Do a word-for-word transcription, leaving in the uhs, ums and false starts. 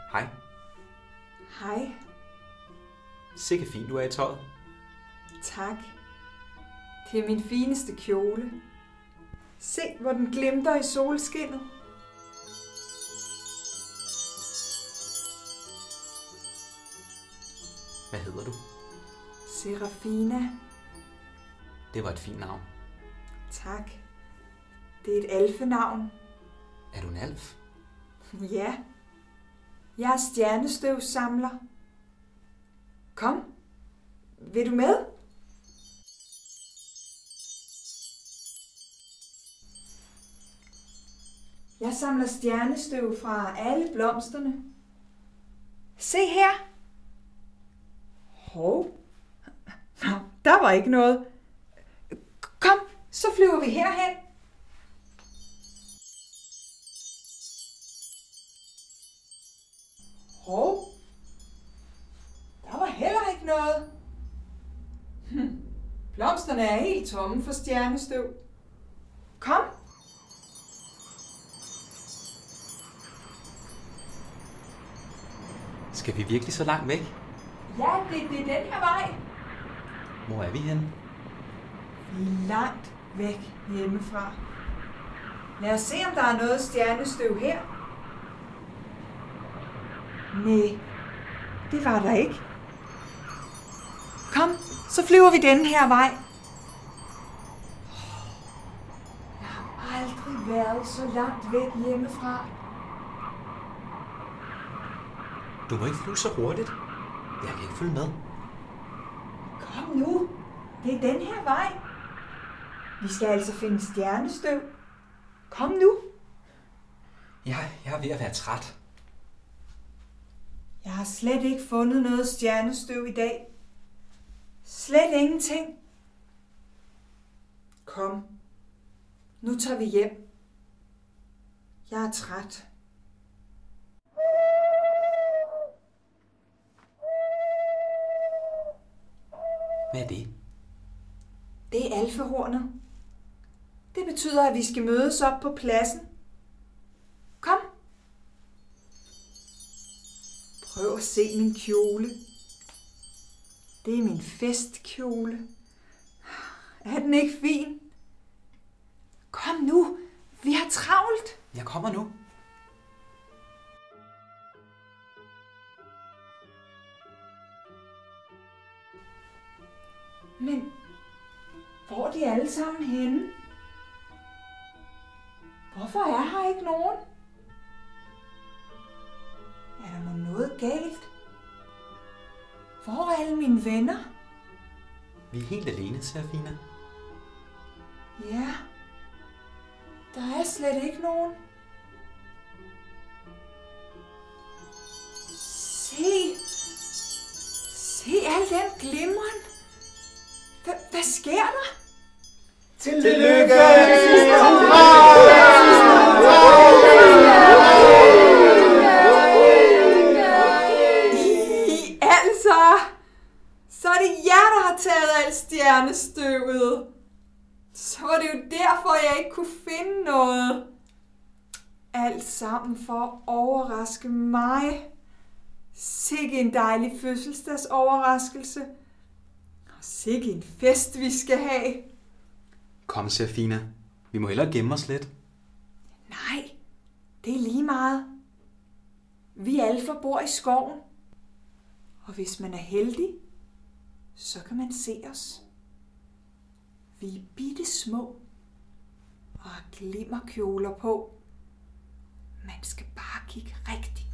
Hej. Hej. Sikke fint, du er i tøjet. Tak. Det er min fineste kjole. Se, hvor den glimter i solskinnet. Hvad hedder du? Serafina. Det var et fint navn. Tak. Det er et alfenavn. Er du en alf? Ja. Jeg er stjernestøvsamler. Kom. Vil du med? Jeg samler stjernestøv fra alle blomsterne. Se her. Hov. Nå, der var ikke noget. Kom, så flyver vi herhen. Hov. Der var heller ikke noget. Hm. Blomsterne er helt tomme for stjernestøv. Kom. Skal vi virkelig så langt væk? Ja, det, det er den her vej. Hvor er vi henne? Vi er langt væk hjemmefra. Lad os se, om der er noget stjernestøv her. Nej, det var der ikke. Kom, så flyver vi den her vej. Jeg har aldrig været så langt væk hjemmefra. Du må ikke flyve så hurtigt. Jeg kan ikke følge med. Kom nu, det er den her vej. Vi skal altså finde stjernestøv. Kom nu. Jeg, jeg er ved at være træt. Jeg har slet ikke fundet noget stjernestøv i dag. Slet ingenting. Kom. Nu tager vi hjem. Jeg er træt. Hvad er det? Det er alfehornet. Det betyder, at vi skal mødes op på pladsen. Kom. Prøv at se min kjole. Det er min festkjole. Er den ikke fin? Kom nu, vi har travlt. Jeg kommer nu. Men hvor er de alle sammen henne? Hvorfor er her ikke nogen? Er der mon noget galt? Hvor er alle mine venner? Vi er helt alene, Serafina. Ja, der er slet ikke nogen. Se, se al den glimren. H- hvad sker der? Tillykke! I altså, så er det jer, der har taget alt stjernestøvet. Så var det jo derfor, jeg ikke kunne finde noget. Alt sammen for at overraske mig. Sikke en dejlig fødselsdagsoverraskelse. Og sikke en fest, vi skal have. Kom, Serafina. Vi må hellere gemme os lidt. Nej, det er lige meget. Vi alfer bor i skoven. Og hvis man er heldig, så kan man se os. Vi er bitte små og har glimmerkjoler på. Man skal bare kigge rigtig